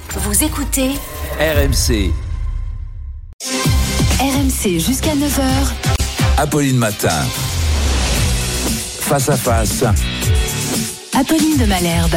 Vous écoutez RMC. RMC jusqu'à 9h. Apolline Matin. Face à face. Apolline de Malherbe.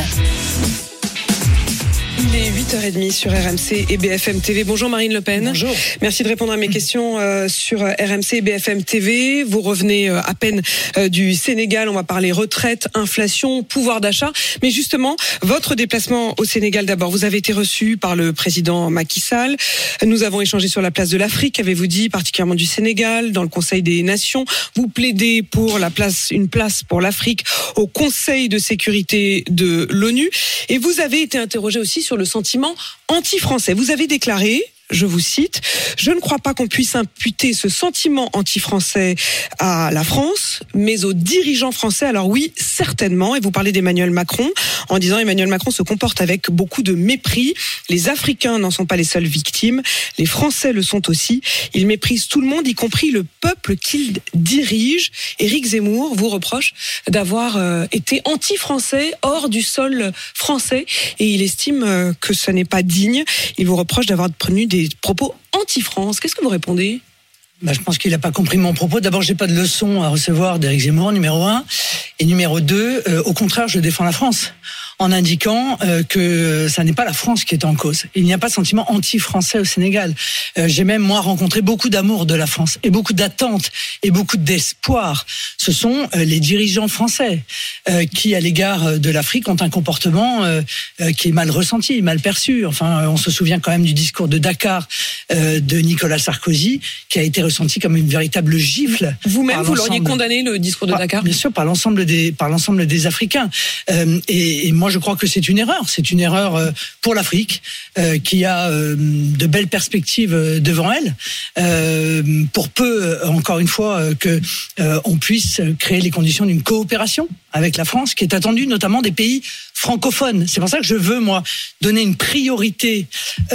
Il est 8h30 sur RMC et BFM TV. Bonjour Marine Le Pen. Bonjour. Merci de répondre à mes questions sur RMC et BFM TV. Vous revenez à peine du Sénégal. On va parler retraite, inflation, pouvoir d'achat. Mais justement, votre déplacement au Sénégal d'abord. Vous avez été reçu par le président Macky Sall. Nous avons échangé sur la place de l'Afrique, avez-vous dit, particulièrement du Sénégal, dans le Conseil des Nations. Vous plaidez pour une place pour l'Afrique au Conseil de sécurité de l'ONU. Et vous avez été interrogé aussi sur le sentiment anti-français. Vous avez déclaré, je vous cite, « Je ne crois pas qu'on puisse imputer ce sentiment anti-français à la France, mais aux dirigeants français. » Alors oui, certainement. Et vous parlez d'Emmanuel Macron en disant Emmanuel Macron se comporte avec beaucoup de mépris. Les Africains n'en sont pas les seules victimes. Les Français le sont aussi. Il méprise tout le monde, y compris le peuple qu'il dirige. Éric Zemmour vous reproche d'avoir été anti-français hors du sol français. Et il estime que ce n'est pas digne. Il vous reproche d'avoir tenu des propos anti-France. Qu'est-ce que vous répondez ? Je pense qu'il n'a pas compris mon propos. D'abord, j'ai pas de leçon à recevoir d'Éric Zemmour, numéro 1. Et numéro 2, au contraire, je défends la France en indiquant que ça n'est pas la France qui est en cause. Il n'y a pas de sentiment anti-français au Sénégal. J'ai même, moi, rencontré beaucoup d'amour de la France et beaucoup d'attentes et beaucoup d'espoir. Ce sont les dirigeants français qui, à l'égard de l'Afrique, ont un comportement qui est mal ressenti, mal perçu. Enfin, on se souvient quand même du discours de Dakar de Nicolas Sarkozy, qui a été ressenti comme une véritable gifle. Vous-même, vous l'auriez condamné, le discours de Dakar ? Bien sûr, par l'ensemble des Africains. Et moi, je crois que c'est une erreur. C'est une erreur pour l'Afrique, qui a de belles perspectives devant elle. Pour peu, encore une fois, que on puisse créer les conditions d'une coopération avec la France, qui est attendue notamment des pays francophones. C'est pour ça que je veux, moi, donner une priorité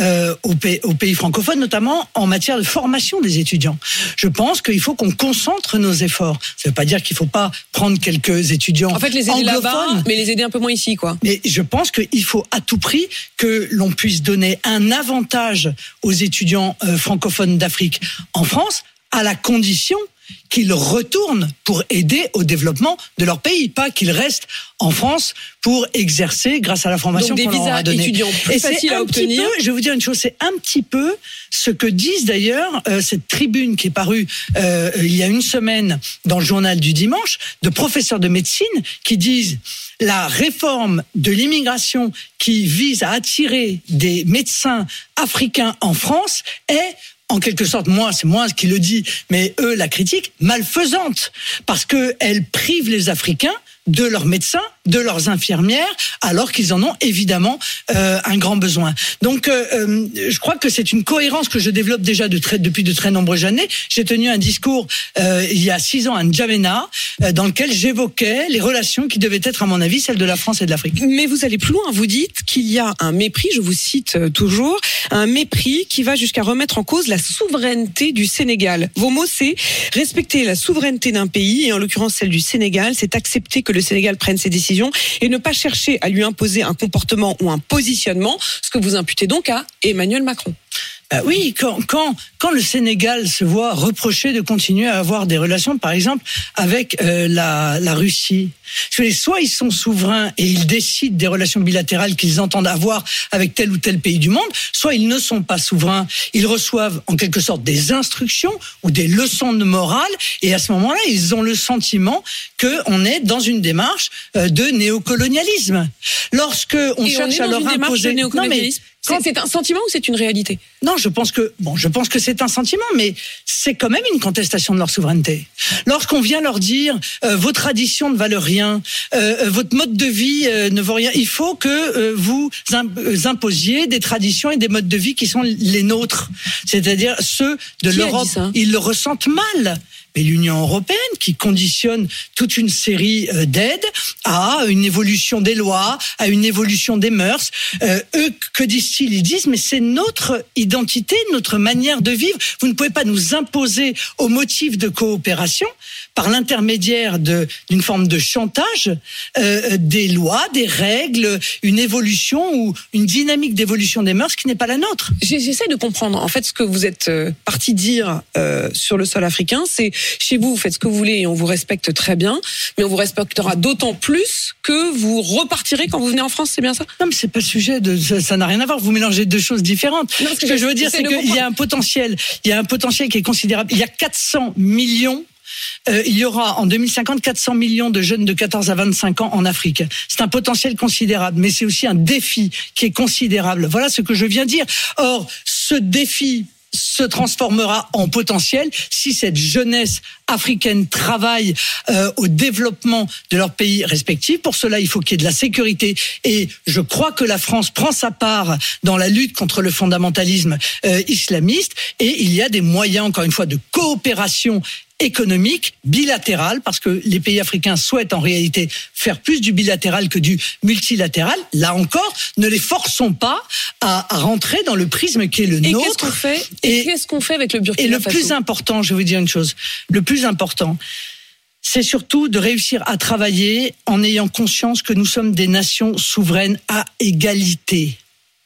aux pays francophones, notamment en matière de formation des étudiants. Je pense qu'il faut qu'on concentre nos efforts. Ça ne veut pas dire qu'il ne faut pas prendre quelques étudiants anglophones. En fait, les aider là-bas, mais les aider un peu moins ici, quoi. Mais je pense qu'il faut à tout prix que l'on puisse donner un avantage aux étudiants francophones d'Afrique en France, à la condition qu'ils retournent pour aider au développement de leur pays, pas qu'ils restent en France pour exercer grâce à la formation qu'on leur a donnée. Donc des visas étudiants plus faciles à obtenir. Je vais vous dire une chose, c'est un petit peu ce que disent d'ailleurs cette tribune qui est parue il y a une semaine dans le journal du dimanche, de professeurs de médecine qui disent la réforme de l'immigration qui vise à attirer des médecins africains en France est, en quelque sorte, c'est moi qui le dis, mais eux la critiquent, malfaisante, parce qu'elle prive les Africains de leurs médecins, de leurs infirmières, alors qu'ils en ont évidemment un grand besoin. Donc, je crois que c'est une cohérence que je développe déjà depuis de très nombreuses années. J'ai tenu un discours il y a 6 ans à N'Djamena, dans lequel j'évoquais les relations qui devaient être, à mon avis, celles de la France et de l'Afrique. Mais vous allez plus loin, vous dites qu'il y a un mépris, je vous cite toujours, un mépris qui va jusqu'à remettre en cause la souveraineté du Sénégal. Vos mots, c'est respecter la souveraineté d'un pays, et en l'occurrence celle du Sénégal, c'est accepter que le Sénégal prenne ses décisions et ne pas chercher à lui imposer un comportement ou un positionnement, ce que vous imputez donc à Emmanuel Macron. Oui, quand le Sénégal se voit reprocher de continuer à avoir des relations, par exemple, avec la Russie, soit ils sont souverains et ils décident des relations bilatérales qu'ils entendent avoir avec tel ou tel pays du monde, soit ils ne sont pas souverains, ils reçoivent en quelque sorte des instructions ou des leçons de morale, et à ce moment-là, ils ont le sentiment qu'on est dans une démarche de néocolonialisme. Lorsque on cherche à leur imposer... C'est un sentiment ou c'est une réalité ? Non, je pense que c'est un sentiment, mais c'est quand même une contestation de leur souveraineté. Lorsqu'on vient leur dire vos traditions ne valent rien, votre mode de vie ne vaut rien, il faut que vous imposiez des traditions et des modes de vie qui sont les nôtres, c'est-à-dire ceux de l'Europe. Ils le ressentent mal. mais l'Union européenne qui conditionne toute une série d'aides à une évolution des lois, à une évolution des mœurs. Eux, que disent-ils ? Ils disent, mais c'est notre identité, notre manière de vivre. Vous ne pouvez pas nous imposer au motif de coopération, par l'intermédiaire d'une forme de chantage, des lois, des règles, une évolution ou une dynamique d'évolution des mœurs qui n'est pas la nôtre. J'essaie de comprendre. En fait, ce que vous êtes parti dire sur le sol africain, c'est chez vous, vous faites ce que vous voulez et on vous respecte très bien, mais on vous respectera d'autant plus que vous repartirez quand vous venez en France, c'est bien ça ? Non, mais c'est pas le sujet ça n'a rien à voir. Vous mélangez deux choses différentes. Non, ce que je veux dire, c'est qu'il y a un potentiel qui est considérable. Il y a 400 millions. Il y aura en 2050 400 millions de jeunes de 14 à 25 ans en Afrique. C'est un potentiel considérable, mais c'est aussi un défi qui est considérable. Voilà ce que je viens de dire. Or, ce défi se transformera en potentiel si cette jeunesse africaine travaille au développement de leur pays respectifs. Pour cela, il faut qu'il y ait de la sécurité. Et je crois que la France prend sa part dans la lutte contre le fondamentalisme islamiste. Et il y a des moyens, encore une fois, de coopération économique, bilatéral, parce que les pays africains souhaitent en réalité faire plus du bilatéral que du multilatéral. Là encore, ne les forçons pas à rentrer dans le prisme qui est le nôtre. Qu'est-ce qu'on fait avec le Burkina Faso ? Et le plus important, je vais vous dire une chose, le plus important, c'est surtout de réussir à travailler en ayant conscience que nous sommes des nations souveraines à égalité.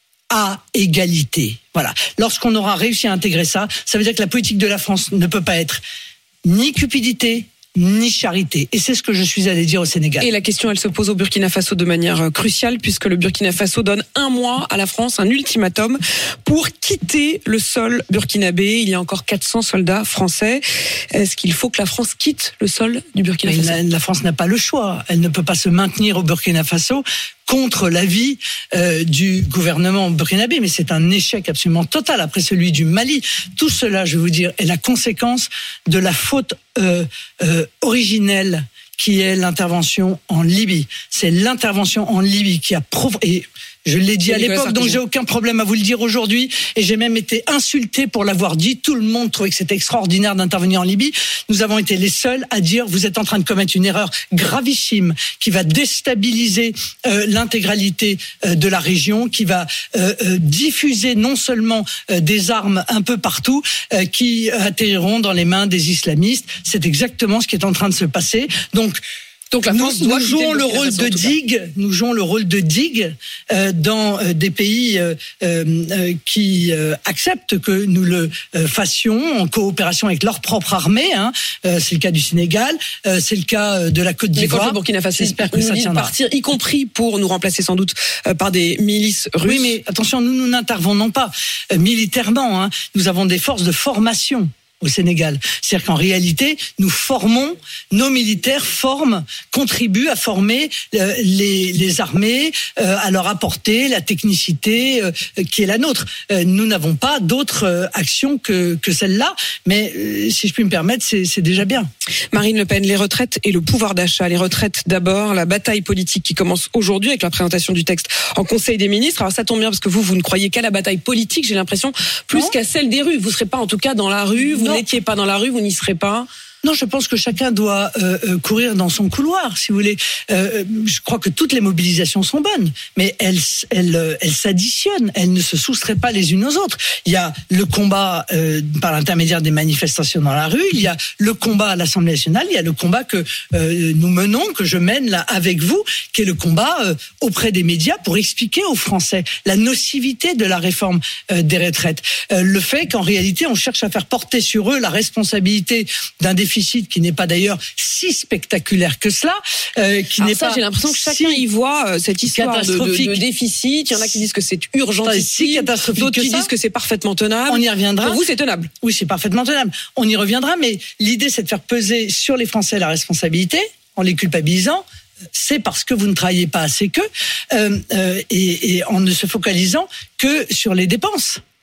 À égalité. Voilà. Lorsqu'on aura réussi à intégrer ça, ça veut dire que la politique de la France ne peut pas être ni cupidité, ni charité. Et c'est ce que je suis allé dire au Sénégal. Et la question, elle se pose au Burkina Faso de manière cruciale, puisque le Burkina Faso donne 1 mois à la France, un ultimatum, pour quitter le sol burkinabé. Il y a encore 400 soldats français. Est-ce qu'il faut que la France quitte le sol du Burkina Faso ? La France n'a pas le choix. Elle ne peut pas se maintenir au Burkina Faso contre l'avis du gouvernement burkinabé, mais c'est un échec absolument total après celui du Mali. Tout cela, je vais vous dire, est la conséquence de la faute originelle qui est l'intervention en Libye. C'est l'intervention en Libye qui a provoqué... Je l'ai dit à l'époque, donc j'ai aucun problème à vous le dire aujourd'hui. Et j'ai même été insulté pour l'avoir dit. Tout le monde trouvait que c'était extraordinaire d'intervenir en Libye. Nous avons été les seuls à dire vous êtes en train de commettre une erreur gravissime qui va déstabiliser l'intégralité de la région, qui va diffuser non seulement des armes un peu partout, qui atterriront dans les mains des islamistes. C'est exactement ce qui est en train de se passer. Donc la France nous jouons le rôle de digue. Nous jouons le rôle de digue dans des pays qui acceptent que nous le fassions en coopération avec leur propre armée. Hein. C'est le cas du Sénégal, c'est le cas de la Côte d'Ivoire. Mais quand le Burkina Faso j'espère que ça tiendra. Partir, y compris pour nous remplacer sans doute par des milices russes. Oui, mais attention, nous n'intervenons pas militairement. Hein. Nous avons des forces de formation au Sénégal. C'est-à-dire qu'en réalité, nous formons, nos militaires contribuent à former les armées, à leur apporter la technicité qui est la nôtre. Nous n'avons pas d'autres actions que celle-là, mais si je puis me permettre, c'est déjà bien. Marine Le Pen, les retraites et le pouvoir d'achat. Les retraites d'abord, la bataille politique qui commence aujourd'hui avec la présentation du texte en Conseil des ministres. Alors ça tombe bien parce que vous ne croyez qu'à la bataille politique, j'ai l'impression, plus qu'à celle des rues. Vous ne serez pas en tout cas dans la rue, vous n'étiez pas dans la rue, vous n'y serez pas. Non, je pense que chacun doit courir dans son couloir, si vous voulez. Je crois que toutes les mobilisations sont bonnes, mais elles s'additionnent, elles ne se soustraient pas les unes aux autres. Il y a le combat par l'intermédiaire des manifestations dans la rue, il y a le combat à l'Assemblée nationale, il y a le combat que nous menons, que je mène là avec vous, qui est le combat auprès des médias pour expliquer aux Français la nocivité de la réforme des retraites. Le fait qu'en réalité, on cherche à faire porter sur eux la responsabilité d'un déficit qui n'est pas d'ailleurs si spectaculaire que cela. J'ai l'impression que chacun y voit cette histoire de déficit. Il y en a qui disent que c'est urgentissime, d'autres qui disent que c'est parfaitement tenable. On y reviendra. Pour vous, c'est tenable. Oui, c'est parfaitement tenable. On y reviendra, mais l'idée, c'est de faire peser sur les Français la responsabilité, en les culpabilisant. C'est parce que vous ne travaillez pas assez et en ne se focalisant que sur les dépenses.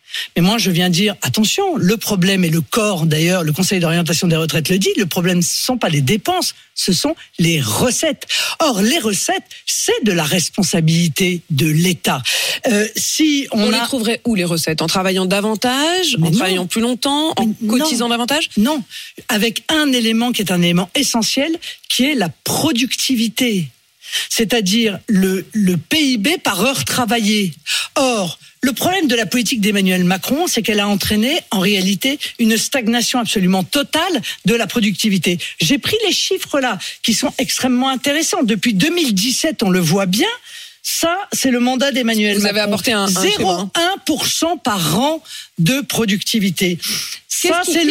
Mais moi, je viens dire, attention, le problème, et le corps, d'ailleurs, le Conseil d'orientation des retraites le dit, le problème, ce ne sont pas les dépenses, ce sont les recettes. Or, les recettes, c'est de la responsabilité de l'État. Si on les trouverait où, les recettes ? En travaillant davantage, travaillant plus longtemps, en cotisant davantage ? Non, avec un élément qui est un élément essentiel, qui est la productivité. C'est-à-dire le PIB par heure travaillée. Or, le problème de la politique d'Emmanuel Macron, c'est qu'elle a entraîné, en réalité, une stagnation absolument totale de la productivité. J'ai pris les chiffres là, qui sont extrêmement intéressants. Depuis 2017, on le voit bien, ça, c'est le mandat d'Emmanuel Macron. Vous avez apporté un 0,1% par an de productivité. Ça, c'est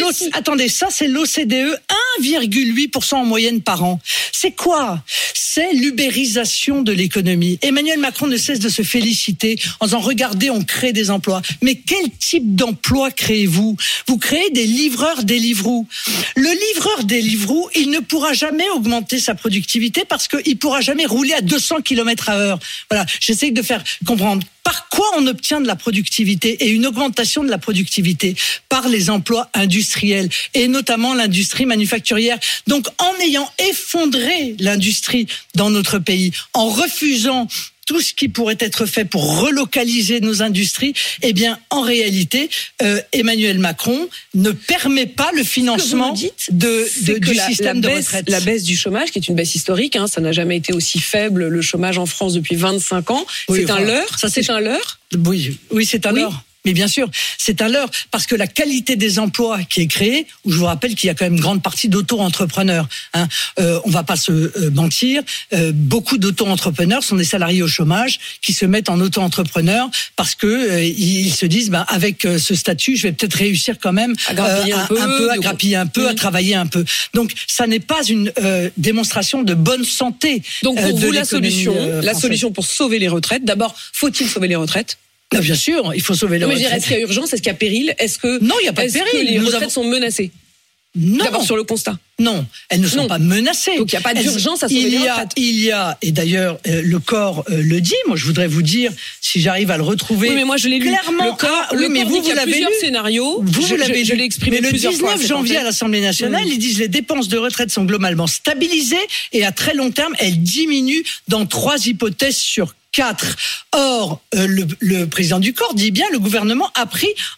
l'OCDE, 1,8% en moyenne par an. C'est quoi ? C'est l'ubérisation de l'économie. Emmanuel Macron ne cesse de se féliciter en disant, regardez, on crée des emplois. Mais quel type d'emploi créez-vous ? Vous créez des livreurs Deliveroo. Le livreur Deliveroo, il ne pourra jamais augmenter sa productivité parce qu'il ne pourra jamais rouler à 200 km/h. Voilà, j'essaie de faire comprendre. Par quoi on obtient de la productivité et une augmentation de la productivité ? Par les emplois industriels et notamment l'industrie manufacturière. Donc en ayant effondré l'industrie dans notre pays, en refusant tout ce qui pourrait être fait pour relocaliser nos industries, eh bien, en réalité, Emmanuel Macron ne permet pas le financement du système de retraite. La baisse du chômage, qui est une baisse historique, ça n'a jamais été aussi faible, le chômage en France depuis 25 ans. Oui, c'est un leurre. C'est un leurre. Oui, c'est un leurre. Mais bien sûr, c'est un leurre, parce que la qualité des emplois qui est créée, où je vous rappelle qu'il y a quand même une grande partie d'auto-entrepreneurs, on va pas se mentir, beaucoup d'auto-entrepreneurs sont des salariés au chômage qui se mettent en auto-entrepreneurs parce que ils se disent, avec ce statut, je vais peut-être réussir quand même à grappiller un peu, à travailler un peu. Donc, ça n'est pas une démonstration de bonne santé. Donc, pour vous, la solution pour sauver les retraites, d'abord, faut-il sauver les retraites ? Bien sûr, il faut sauver les retraites. Mais je dirais, est-ce qu'il y a urgence ? Est-ce qu'il y a péril ? Non, il n'y a pas de péril. Est-ce que les retraites sont menacées ? Non. D'abord sur le constat. Non, elles ne sont pas menacées. Donc il n'y a pas d'urgence à sauver les retraites. Il y a, et d'ailleurs le corps le dit. Moi, je voudrais vous dire, si j'arrive à le retrouver. Oui, mais moi je l'ai lu. Clairement, le corps dit qu'il y a plusieurs scénarios. Vous l'avez je l'ai exprimé plusieurs fois. Mais le 19 janvier à l'Assemblée nationale, ils disent les dépenses de retraite sont globalement stabilisées et à très long terme, elles diminuent dans 3 hypothèses sur 4. Or, le président du corps dit bien, le gouvernement a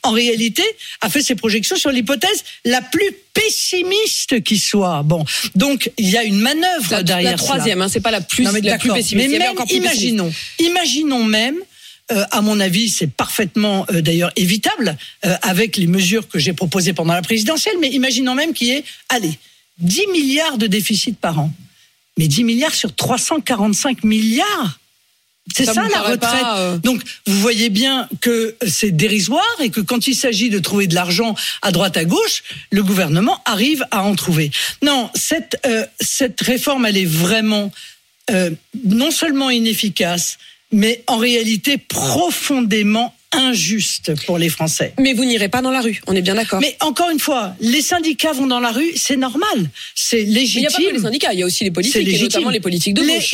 fait ses projections sur l'hypothèse la plus pessimiste qui soit. Bon, donc il y a une manœuvre derrière. La troisième, c'est pas la plus pessimiste. Mais même, imaginons même. À mon avis, c'est parfaitement d'ailleurs évitable avec les mesures que j'ai proposées pendant la présidentielle. Mais imaginons même qu'il y ait, 10 milliards de déficit par an. Mais 10 milliards sur 345 milliards. C'est ça la retraite. Donc, vous voyez bien que c'est dérisoire et que quand il s'agit de trouver de l'argent à droite à gauche, le gouvernement arrive à en trouver. Non, cette réforme, elle est vraiment non seulement inefficace, mais en réalité profondément injuste pour les Français. Mais vous n'irez pas dans la rue, on est bien d'accord. Mais encore une fois, les syndicats vont dans la rue, c'est normal, c'est légitime. Mais il n'y a pas que les syndicats, il y a aussi les politiques, et notamment les politiques de gauche.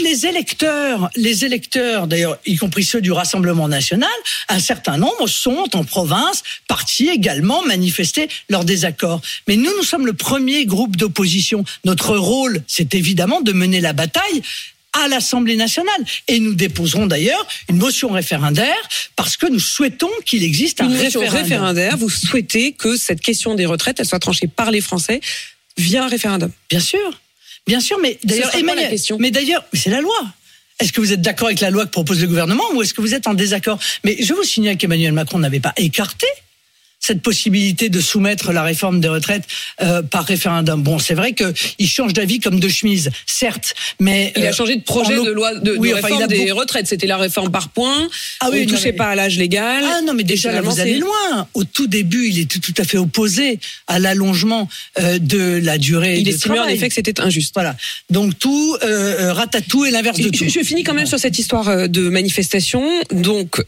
Les électeurs, d'ailleurs, y compris ceux du Rassemblement national, un certain nombre sont en province, partis également manifester leur désaccord. Mais nous sommes le premier groupe d'opposition. Notre rôle, c'est évidemment de mener la bataille à l'Assemblée nationale. Et nous déposerons d'ailleurs une motion référendaire parce que nous souhaitons qu'il existe un référendum. Une motion référendaire, vous souhaitez que cette question des retraites, elle soit tranchée par les Français via un référendum. Bien sûr, mais d'ailleurs, c'est la loi. Est-ce que vous êtes d'accord avec la loi que propose le gouvernement ou est-ce que vous êtes en désaccord ? Mais je vous signale qu'Emmanuel Macron n'avait pas écarté cette possibilité de soumettre la réforme des retraites par référendum. Bon, c'est vrai qu'il change d'avis comme de chemise, certes, mais... Il a changé de projet de loi de réforme des retraites. C'était la réforme par points, on ne touchait pas à l'âge légal. Ah non, mais déjà, là, vous allez loin. Au tout début, il était tout à fait opposé à l'allongement de la durée il de travail. Il estimait en effet que c'était injuste. Voilà. Donc tout, ratatou et l'inverse de tout. Je finis quand même sur cette histoire de manifestation. Donc,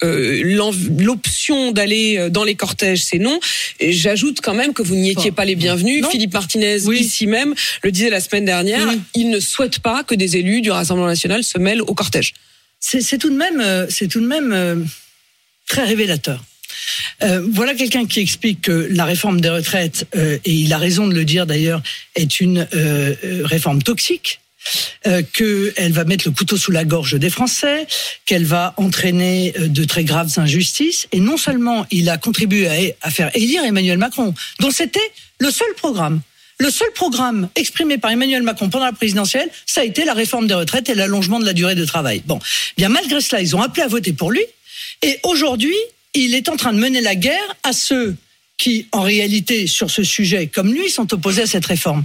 l'option d'aller dans les cortèges, c'est non. Et j'ajoute quand même que vous n'y étiez pas les bienvenus. Non. Philippe Martinez, ici même, le disait la semaine dernière, il ne souhaite pas que des élus du Rassemblement national se mêlent au cortège. C'est tout de même très révélateur. Voilà quelqu'un qui explique que la réforme des retraites, et il a raison de le dire d'ailleurs, est une réforme toxique. Qu'elle va mettre le couteau sous la gorge des Français, qu'elle va entraîner de très graves injustices. Et non seulement il a contribué à faire élire Emmanuel Macron, dont c'était le seul programme exprimé par Emmanuel Macron pendant la présidentielle, ça a été la réforme des retraites et l'allongement de la durée de travail. Bon, bien malgré cela, ils ont appelé à voter pour lui. Et aujourd'hui, il est en train de mener la guerre à ceux qui, en réalité, sur ce sujet, comme lui, sont opposés à cette réforme.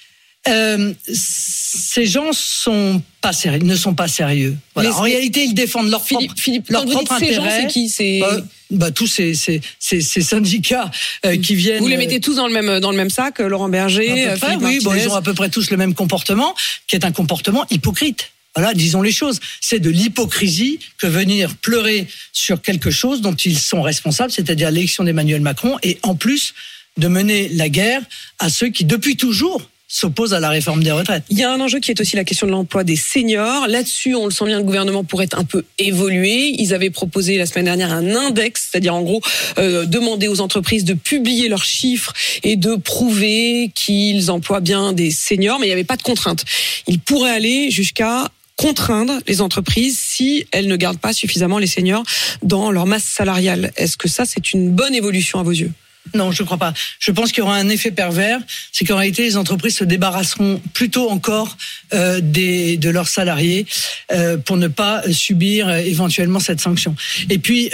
Ces gens ne sont pas sérieux. Voilà. En réalité, ils défendent leur propre intérêt. Ces gens, c'est qui? Tous ces syndicats qui viennent. Vous les mettez tous dans le même sac, Laurent Berger, Philippe Martinez. Ils ont à peu près tous le même comportement, qui est un comportement hypocrite. Voilà, disons les choses. C'est de l'hypocrisie que venir pleurer sur quelque chose dont ils sont responsables, c'est-à-dire l'élection d'Emmanuel Macron, et en plus de mener la guerre à ceux qui, depuis toujours, s'oppose à la réforme des retraites. Il y a un enjeu qui est aussi la question de l'emploi des seniors. Là-dessus, on le sent bien, le gouvernement pourrait un peu évoluer. Ils avaient proposé la semaine dernière un index, c'est-à-dire en gros demander aux entreprises de publier leurs chiffres et de prouver qu'ils emploient bien des seniors, mais il n'y avait pas de contrainte. Ils pourraient aller jusqu'à contraindre les entreprises si elles ne gardent pas suffisamment les seniors dans leur masse salariale. Est-ce que ça, c'est une bonne évolution à vos yeux ? Non, je ne crois pas. Je pense qu'il y aura un effet pervers, c'est qu'en réalité, les entreprises se débarrasseront plutôt encore de leurs salariés pour ne pas subir éventuellement cette sanction. Et puis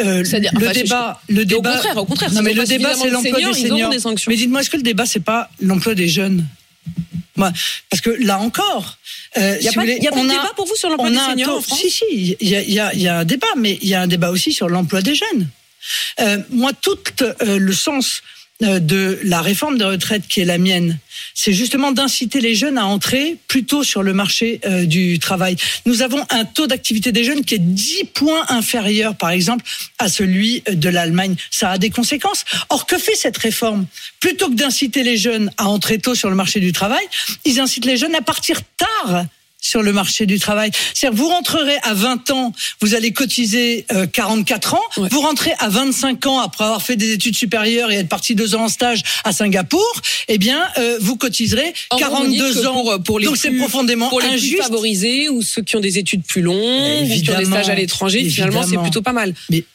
le débat. Au contraire. Non, mais le débat, c'est l'emploi des seniors. Mais dites-moi, est-ce que le débat, c'est pas l'emploi des jeunes? Parce que là encore, il n'y a pas de débat pour vous sur l'emploi des seniors en France? Si, il y a un débat, mais il y a un débat aussi sur l'emploi des jeunes. Tout le sens de la réforme des retraites qui est la mienne, c'est justement d'inciter les jeunes à entrer plus tôt sur le marché du travail. Nous avons un taux d'activité des jeunes qui est 10 points inférieur, par exemple, à celui de l'Allemagne. Ça a des conséquences. Or, que fait cette réforme? Plutôt que d'inciter les jeunes à entrer tôt sur le marché du travail, ils incitent les jeunes à partir tard sur le marché du travail. C'est-à-dire, vous rentrerez à 20 ans, vous allez cotiser 44 ans, ouais. Vous rentrez à 25 ans après avoir fait des études supérieures et être parti 2 ans en stage à Singapour, vous cotiserez 42 ans. Donc c'est profondément pour les injuste. Plus favorisés ou ceux qui ont des études plus longues, ou qui ont des stages à l'étranger, finalement c'est plutôt pas mal. Mais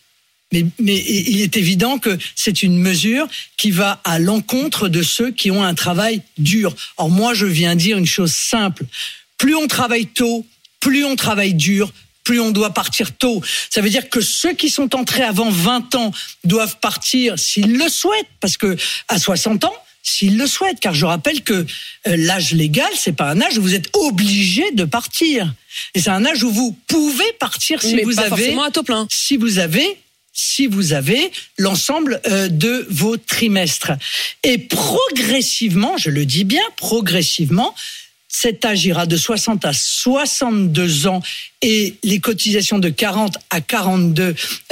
il est évident que c'est une mesure qui va à l'encontre de ceux qui ont un travail dur. Or moi je viens dire une chose simple. Plus on travaille tôt, plus on travaille dur, plus on doit partir tôt. Ça veut dire que ceux qui sont entrés avant 20 ans doivent partir s'ils le souhaitent, parce que à 60 ans, s'ils le souhaitent, car je rappelle que l'âge légal, c'est pas un âge où vous êtes obligé de partir. Et c'est un âge où vous pouvez partir si vous avez forcément à taux plein. Si vous avez l'ensemble de vos trimestres. Et progressivement, je le dis bien, progressivement, cet âge ira de 60 à 62 ans et les cotisations de 40 à 42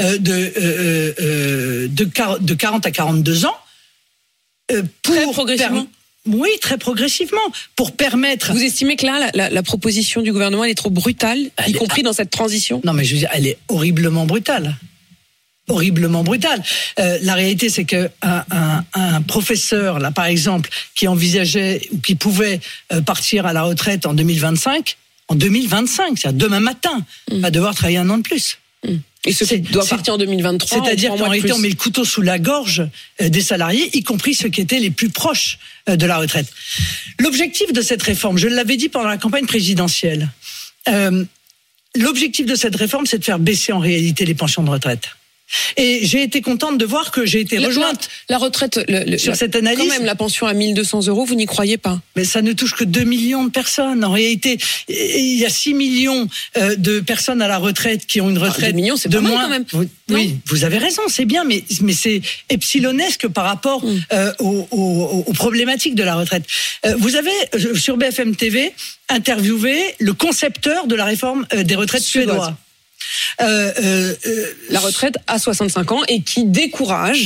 de 40 à 42 ans très progressivement. Oui, très progressivement pour permettre. Vous estimez que là la proposition du gouvernement elle est trop brutale, y compris dans cette transition? Non, mais je veux dire, elle est horriblement brutale. Horriblement brutal. La réalité, c'est que un professeur, là, par exemple, qui envisageait ou qui pouvait partir à la retraite en 2025, c'est-à-dire demain matin, va devoir travailler 1 an de plus. Et ceux qui doivent partir en 2023, c'est-à-dire qu'en réalité, on met le couteau sous la gorge des salariés, y compris ceux qui étaient les plus proches de la retraite. L'objectif de cette réforme, je l'avais dit pendant la campagne présidentielle, l'objectif de cette réforme, c'est de faire baisser en réalité les pensions de retraite. Et j'ai été contente de voir que j'ai été rejointe. La retraite, sur cette analyse. Quand même, la pension à 1 200 €, vous n'y croyez pas? Mais ça ne touche que 2 millions de personnes. En réalité, il y a 6 millions de personnes à la retraite qui ont une retraite 2 millions, c'est de pas mal moins. quand même. Oui, vous avez raison, c'est bien, mais c'est epsilonesque par rapport aux problématiques de la retraite. Vous avez, sur BFM TV, interviewé le concepteur de la réforme des retraites suédois. La retraite à 65 ans et qui décourage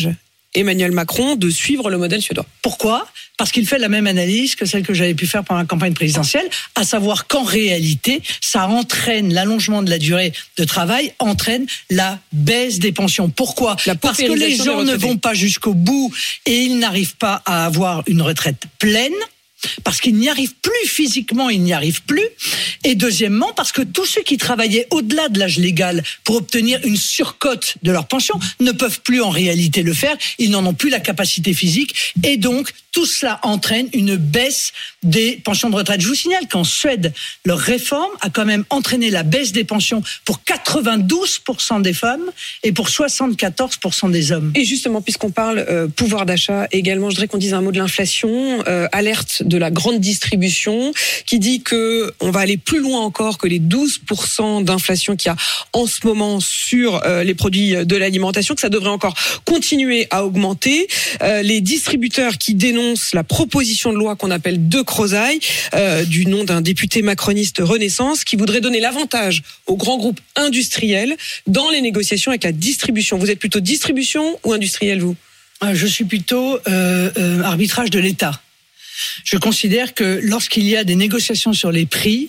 Emmanuel Macron de suivre le modèle suédois. Pourquoi ? Parce qu'il fait la même analyse que celle que j'avais pu faire pendant la campagne présidentielle, à savoir qu'en réalité, ça entraîne l'allongement de la durée de travail, entraîne la baisse des pensions. Pourquoi ? Parce que les gens ne vont pas jusqu'au bout et ils n'arrivent pas à avoir une retraite pleine. Parce qu'ils n'y arrivent plus physiquement, ils n'y arrivent plus. Et deuxièmement, parce que tous ceux qui travaillaient au-delà de l'âge légal pour obtenir une surcote de leur pension ne peuvent plus en réalité le faire. Ils n'en ont plus la capacité physique. Et donc, tout cela entraîne une baisse des pensions de retraite. Je vous signale qu'en Suède, leur réforme a quand même entraîné la baisse des pensions pour 92% des femmes et pour 74% des hommes. Et justement, puisqu'on parle pouvoir d'achat également, je voudrais qu'on dise un mot de l'inflation. Alerte de la grande distribution qui dit que on va aller plus loin encore que les 12% d'inflation qu'il y a en ce moment sur les produits de l'alimentation, que ça devrait encore continuer à augmenter. Les distributeurs qui dénoncent la proposition de loi qu'on appelle de Crozaille, du nom d'un député macroniste Renaissance, qui voudrait donner l'avantage aux grands groupes industriels dans les négociations avec la distribution. Vous êtes plutôt distribution ou industriel, vous ? Je suis plutôt arbitrage de l'État. Je considère que lorsqu'il y a des négociations sur les prix,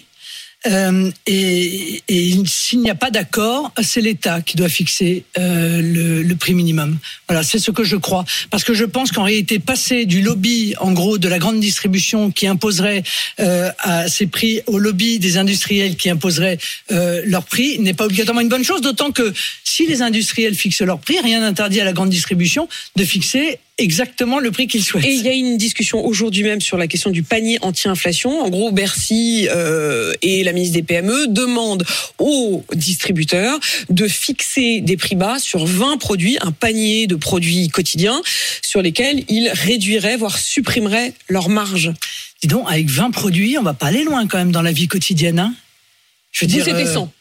et s'il n'y a pas d'accord, c'est l'État qui doit fixer le prix minimum. Voilà, c'est ce que je crois. Parce que je pense qu'en réalité, passer du lobby, en gros, de la grande distribution qui imposerait à ces prix au lobby des industriels qui imposeraient leurs prix n'est pas obligatoirement une bonne chose, d'autant que si les industriels fixent leurs prix, rien n'interdit à la grande distribution de fixer exactement le prix qu'ils souhaitent. Et il y a une discussion aujourd'hui même sur la question du panier anti-inflation. En gros, Bercy et la ministre des PME demandent aux distributeurs de fixer des prix bas sur 20 produits, un panier de produits quotidiens sur lesquels ils réduiraient, voire supprimeraient leur marge. Dis donc, avec 20 produits, on va pas aller loin quand même dans la vie quotidienne. Hein. Je veux dire, c'était 100.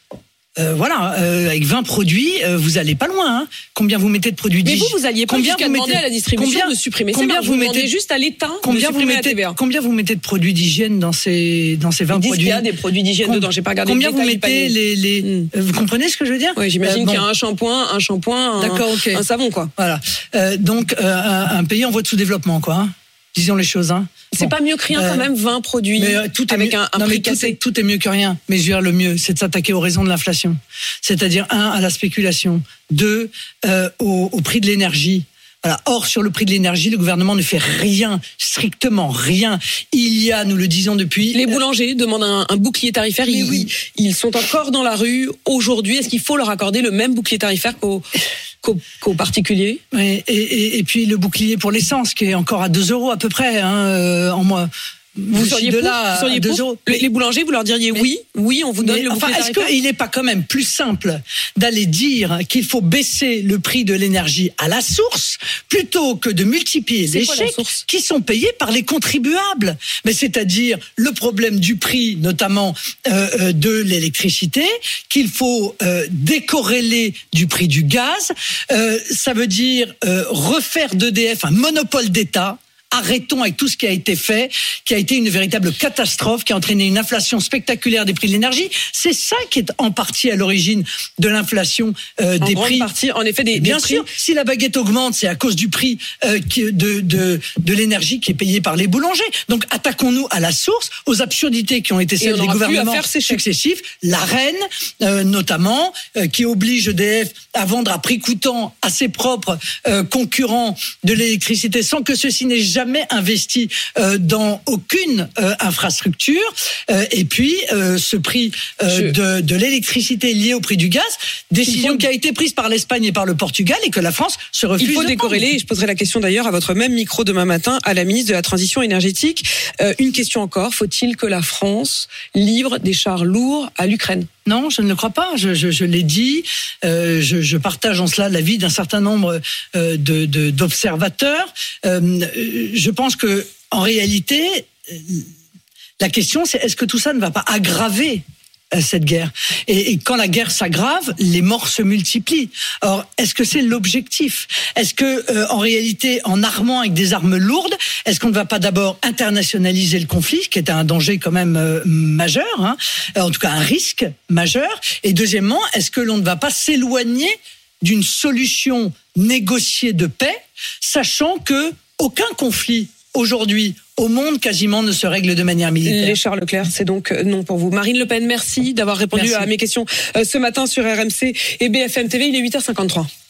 Avec 20 produits, vous allez pas loin. Hein. Combien vous mettez de produits Mais vous alliez pas jusqu'à demander à la distribution de supprimer ces marges. Vous demandez juste à l'État de supprimer la TVA. Combien vous mettez de produits d'hygiène dans ces 20 produits ? Il y a des produits d'hygiène dedans. J'ai pas regardé. Combien vous mettez Vous comprenez ce que je veux dire ? Oui, j'imagine qu'il y a un shampoing, un savon, quoi. Voilà. Donc un pays en voie de sous-développement, quoi. Hein. Disons les choses. Hein. C'est pas mieux que rien quand même, 20 produits tout avec un prix cassé. Tout est mieux que rien. Mais je veux dire, le mieux, c'est de s'attaquer aux raisons de l'inflation. C'est-à-dire, 1, à la spéculation. 2, au prix de l'énergie. Voilà. Or, sur le prix de l'énergie, le gouvernement ne fait rien, strictement rien. Il y a, nous le disons depuis... Les boulangers demandent un bouclier tarifaire. Ils sont encore dans la rue aujourd'hui. Est-ce qu'il faut leur accorder le même bouclier tarifaire qu'aux particuliers ? Oui, et puis le bouclier pour l'essence, qui est encore à 2 € à peu près en mois. Vous seriez pour les boulangers, vous leur diriez oui, on vous donne le bouclier tarifaire. Est-ce qu'il n'est pas quand même plus simple d'aller dire qu'il faut baisser le prix de l'énergie à la source plutôt que de multiplier les chèques qui sont payés par les contribuables ? Mais c'est-à-dire le problème du prix, notamment de l'électricité, qu'il faut décorréler du prix du gaz. Ça veut dire refaire d'EDF un monopole d'État. Arrêtons avec tout ce qui a été fait, qui a été une véritable catastrophe, qui a entraîné une inflation spectaculaire des prix de l'énergie. C'est ça qui est en partie à l'origine de l'inflation des prix. En grande partie, en effet, des bien prix. sûr, si la baguette augmente, c'est à cause du prix de l'énergie qui est payé par les boulangers. Donc attaquons-nous à la source, aux absurdités qui ont été celles des gouvernements successifs. La reine, notamment, qui oblige EDF à vendre à prix coûtant à ses propres concurrents de l'électricité sans que ceux-ci n'aient jamais investi dans aucune infrastructure. Et puis, ce prix de l'électricité lié au prix du gaz, décision qui a été prise par l'Espagne et par le Portugal et que la France se refuse de prendre. Il faut décorréler, et je poserai la question d'ailleurs à votre même micro demain matin à la ministre de la Transition énergétique. Une question encore, faut-il que la France livre des chars lourds à l'Ukraine ? Non, je ne le crois pas. Je l'ai dit. Je partage en cela l'avis d'un certain nombre d'observateurs. Je pense que, en réalité, la question, c'est est-ce que tout ça ne va pas aggraver cette guerre. Et quand la guerre s'aggrave, les morts se multiplient. Or, est-ce que c'est l'objectif ? Est-ce que, en réalité, en armant avec des armes lourdes, est-ce qu'on ne va pas d'abord internationaliser le conflit, qui est un danger quand même majeur, hein, en tout cas un risque majeur. Et deuxièmement, est-ce que l'on ne va pas s'éloigner d'une solution négociée de paix sachant que aucun conflit aujourd'hui au monde quasiment ne se règle de manière militaire. Les Charles Leclerc, c'est donc non pour vous. Marine Le Pen, merci d'avoir répondu à mes questions ce matin sur RMC et BFM TV. Il est 8h53.